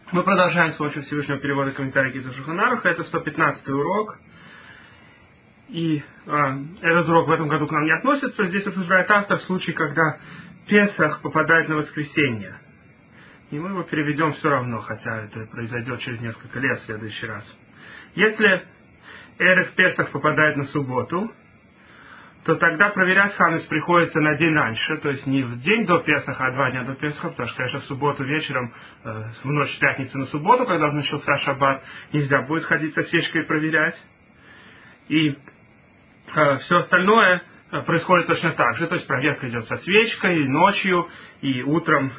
Мы продолжаем с помощью Всевышнего перевода комментария Гиза Шулхан Аруха. Это 115-й урок. И этот урок в этом году к нам не относится. Здесь обсуждает автор случай, когда Песах попадает на воскресенье. И мы его переведем все равно, хотя это произойдет через несколько лет в следующий раз. Если Эрев Песах попадает на субботу, то тогда проверять хамец приходится на день раньше, то есть не в день до Песаха, а 2 дня до Песаха, потому что, конечно, в субботу вечером, в ночь с пятницы на субботу, когда начался шаббат, нельзя будет ходить со свечкой и проверять. И все остальное происходит точно так же, то есть проверка идет со свечкой, и ночью, и утром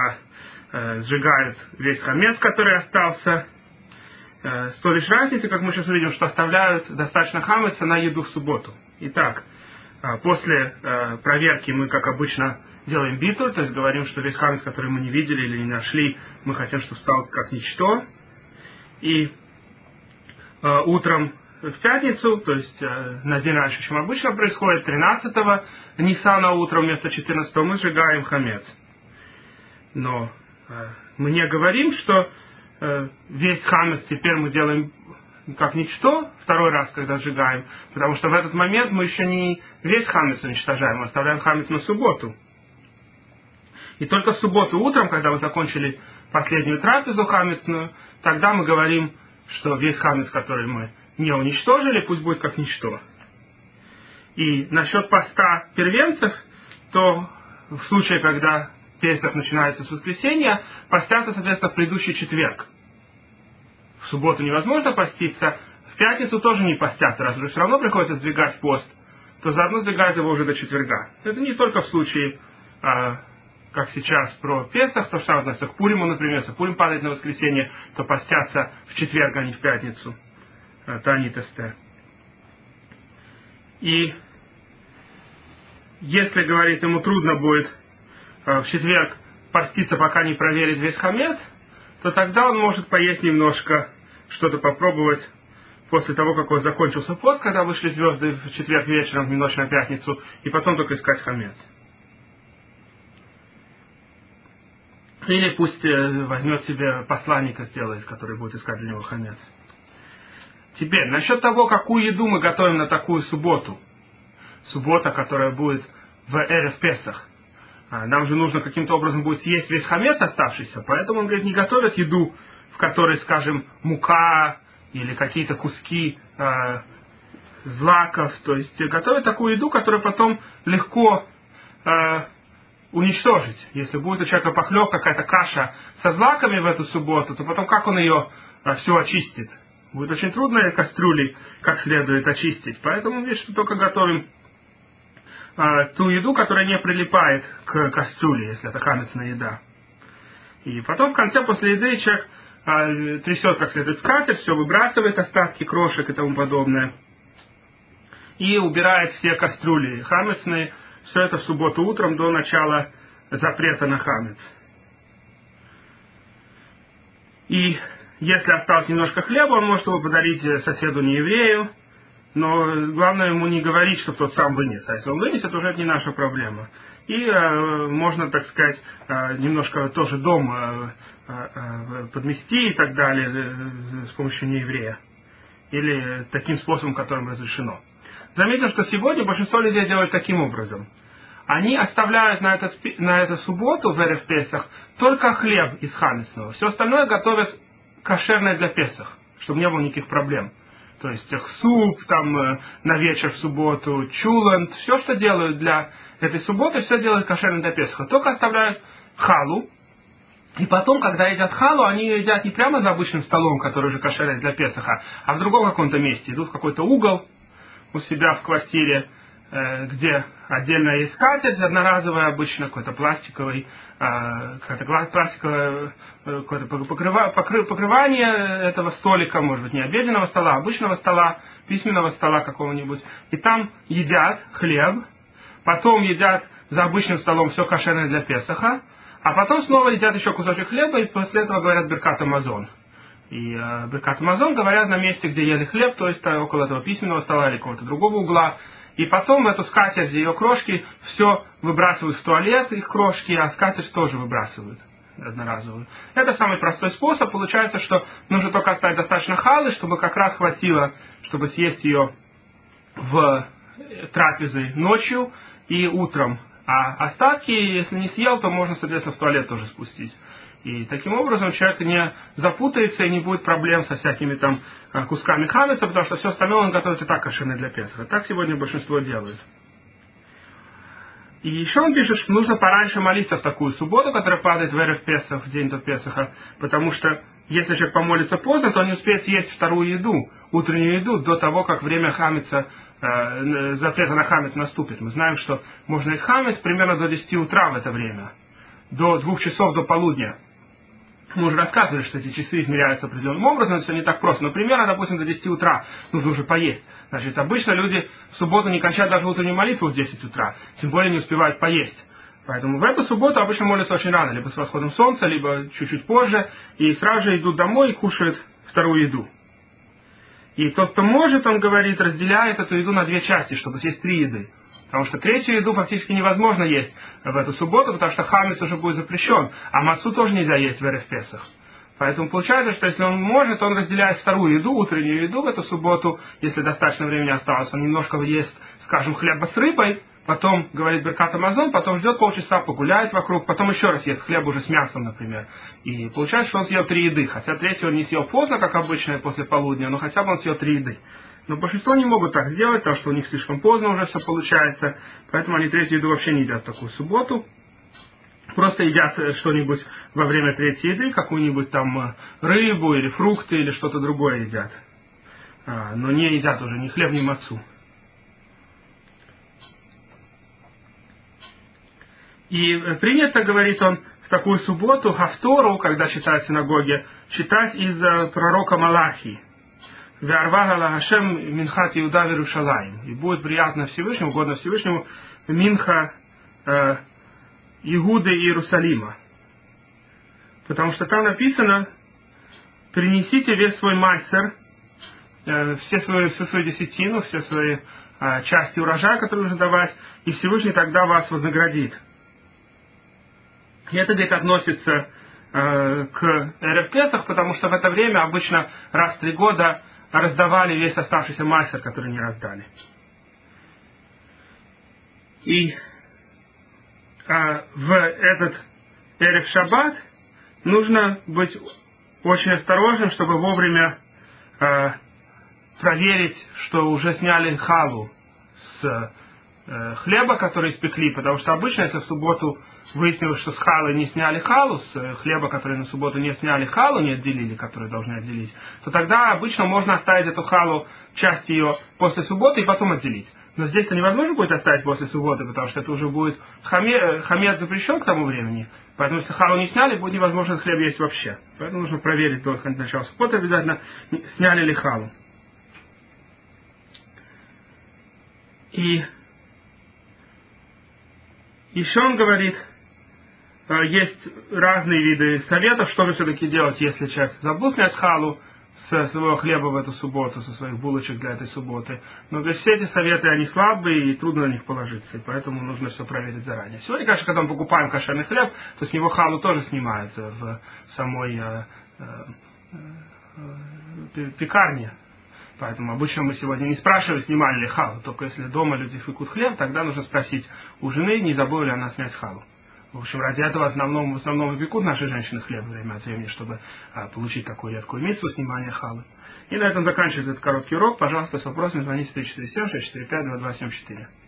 сжигают весь хамец, который остался. С той лишь разницей, как мы сейчас увидим, что оставляют достаточно хамеца на еду в субботу. Итак, после проверки мы, как обычно, делаем битуль, то есть говорим, что весь хамец, который мы не видели или не нашли, мы хотим, чтобы стал как ничто. И утром в пятницу, то есть на день раньше, чем обычно происходит, 13-го Ниссана утром вместо 14-го мы сжигаем хамец. Но мы не говорим, что весь хамец теперь мы делаем как ничто, второй раз, когда сжигаем, потому что в этот момент мы еще не весь хамец уничтожаем, мы оставляем хамец на субботу. И только в субботу утром, когда мы закончили последнюю трапезу хамецную, тогда мы говорим, что весь хамец, который мы не уничтожили, пусть будет как ничто. И насчет поста первенцев, то в случае, когда Песах начинается с воскресенья, постятся, соответственно, в предыдущий четверг. В субботу невозможно поститься, в пятницу тоже не постятся, раз уже все равно приходится сдвигать пост, то заодно сдвигают его уже до четверга. Это не только в случае, как сейчас, про Песах, то, что относится к Пуриму, например, если Пурим падает на воскресенье, то постятся в четверг, а не в пятницу. Таанит Эстер. И если, говорит, ему трудно будет в четверг поститься, пока не проверит весь хамец, то тогда он может поесть немножко, что-то попробовать после того, как он закончился пост, когда вышли звезды в четверг вечером, в ночь на пятницу, и потом только искать хамец. Или пусть возьмет себе посланника, сделает, который будет искать для него хамец. Теперь, насчет того, какую еду мы готовим на такую субботу. Суббота, которая будет в Эрев Песах. Нам же нужно каким-то образом будет съесть весь хамец оставшийся, поэтому он говорит, не готовят еду, в которой, скажем, мука или какие-то куски злаков, то есть готовят такую еду, которую потом легко уничтожить. Если будет у человека похлеб, какая-то каша со злаками в эту субботу, то потом как он ее все очистит? Будет очень трудно кастрюли как следует очистить, поэтому видишь, что только готовим ту еду, которая не прилипает к кастрюле, если это хамецная еда. И потом в конце, после еды, человек трясет как следует скатерть, все выбрасывает, остатки крошек и тому подобное. И убирает все кастрюли хамецные. Все это в субботу утром до начала запрета на хамец. И если осталось немножко хлеба, он может его подарить соседу нееврею. Но главное ему не говорить, что тот сам вынес. А если он вынесет, уже это не наша проблема. И можно, так сказать, немножко тоже дом подмести и так далее с помощью нееврея. Или таким способом, которым разрешено. Заметим, что сегодня большинство людей делают таким образом. Они оставляют на эту субботу в Эрев Песах только хлеб из хамецного. Все остальное готовят кошерное для Песах, чтобы не было никаких проблем. То есть суп там на вечер в субботу, чулент, все, что делают для этой субботы, все делают кошерно для Песаха. Только оставляют халу. И потом, когда едят халу, они ее едят не прямо за обычным столом, который уже кошерный для Песаха, а в другом каком-то месте. Идут в какой-то угол у себя в квартире, где отдельно есть скатерть, одноразовая обычно, какое-то пластиковое покрывание этого столика, может быть, не обеденного стола, а обычного стола, письменного стола какого-нибудь. И там едят хлеб, потом едят за обычным столом все кошерное для Песаха, а потом снова едят еще кусочек хлеба, и после этого говорят Беркат Амазон. И Беркат Амазон говорят на месте, где ели хлеб, то есть около этого письменного стола или какого-то другого угла. И потом в эту скатерть, ее крошки, все выбрасывают в туалет, их крошки, а скатерть тоже выбрасывают. одноразовую. Это самый простой способ. Получается, что нужно только оставить достаточно халы, чтобы как раз хватило, чтобы съесть ее в трапезы ночью и утром. А остатки, если не съел, то можно, соответственно, в туалет тоже спустить. И таким образом человек не запутается и не будет проблем со всякими там кусками хамеца, потому что все остальное он готовит и так кошерное для Песаха. Так сегодня большинство делает. И еще он пишет, что нужно пораньше молиться в такую субботу, которая падает в Эрев Песах, в день до Песаха, потому что если человек помолится поздно, то он не успеет съесть вторую еду, утреннюю еду, до того, как время хамеца, запрета на хамец наступит. Мы знаем, что можно есть хамец примерно до 10 утра в это время, до 2 часов до полудня. Мы уже рассказывали, что эти часы измеряются определенным образом, это все не так просто. Но примерно, допустим, до 10 утра нужно уже поесть. Значит, обычно люди в субботу не кончают даже утреннюю молитву в 10 утра, тем более не успевают поесть. Поэтому в эту субботу обычно молятся очень рано, либо с восходом солнца, либо чуть-чуть позже, и сразу же идут домой и кушают вторую еду. И тот, кто может, он говорит, разделяет эту еду на 2 части, чтобы съесть 3 еды. Потому что 3-ю еду фактически невозможно есть в эту субботу, потому что хамец уже будет запрещен, а мацу тоже нельзя есть в Эрев Песах. Поэтому получается, что если он может, он разделяет вторую еду, утреннюю еду в эту субботу, если достаточно времени осталось, он немножко ест, скажем, хлеба с рыбой, потом говорит Беркат Амазон, потом ждет полчаса, погуляет вокруг, потом еще раз ест хлеб уже с мясом, например. И получается, что он съел 3 еды, хотя 3-ю он не съел поздно, как обычно, после полудня, но хотя бы он съел 3 еды. Но большинство не могут так сделать, потому что у них слишком поздно уже все получается, поэтому они 3-ю еду вообще не едят в такую субботу. Просто едят что-нибудь во время 3-й еды, какую-нибудь там рыбу или фрукты или что-то другое едят. Но не едят уже ни хлеб, ни мацу. И принято, говорит он, в такую субботу, Хафтору, когда читают в синагоге, читать из пророка Малахи. «Ве'арвага Хашем минхат Иуда Верушалаим». И будет приятно Всевышнему, угодно Всевышнему, минха Иуды и Иерусалима. Потому что там написано: принесите весь свой майсер, всю свою десятину, все свои части урожая, которые нужно давать, и Всевышний тогда вас вознаградит. И это, говорит, относится к Эрев Песах, потому что в это время обычно раз в 3 года раздавали весь оставшийся майсер, который не раздали. И в этот Эрев Шаббат нужно быть очень осторожным, чтобы вовремя проверить, что уже сняли халу с хлеба, который испекли, потому что обычно, если в субботу выяснилось, что с халы не сняли халу, с хлеба, который на субботу не сняли халу, не отделили, которую должны отделить, то тогда обычно можно оставить эту халу, часть ее после субботы и потом отделить. Но здесь-то невозможно будет оставить после субботы, потому что это уже будет хамец запрещен к тому времени. Поэтому если халу не сняли, будет невозможно хлеб есть вообще. Поэтому нужно проверить до начала субботы обязательно, сняли ли халу. И еще он говорит, есть разные виды советов, что же все-таки делать, если человек забыл снять халу со своего хлеба в эту субботу, со своих булочек для этой субботы. Но все эти советы, они слабые и трудно на них положиться, и поэтому нужно все проверить заранее. Сегодня, конечно, когда мы покупаем кошерный хлеб, то с него халу тоже снимают в самой пекарне. Поэтому обычно мы сегодня не спрашиваем, снимали ли халу. Только если дома люди пекут хлеб, тогда нужно спросить у жены, не забыла ли она снять халу. В общем, ради этого в основном и пекут наши женщины хлеб время от времени, чтобы получить такую редкую мицву снимания халы. И на этом заканчивается этот короткий урок. Пожалуйста, с вопросами звоните 347-645-2274.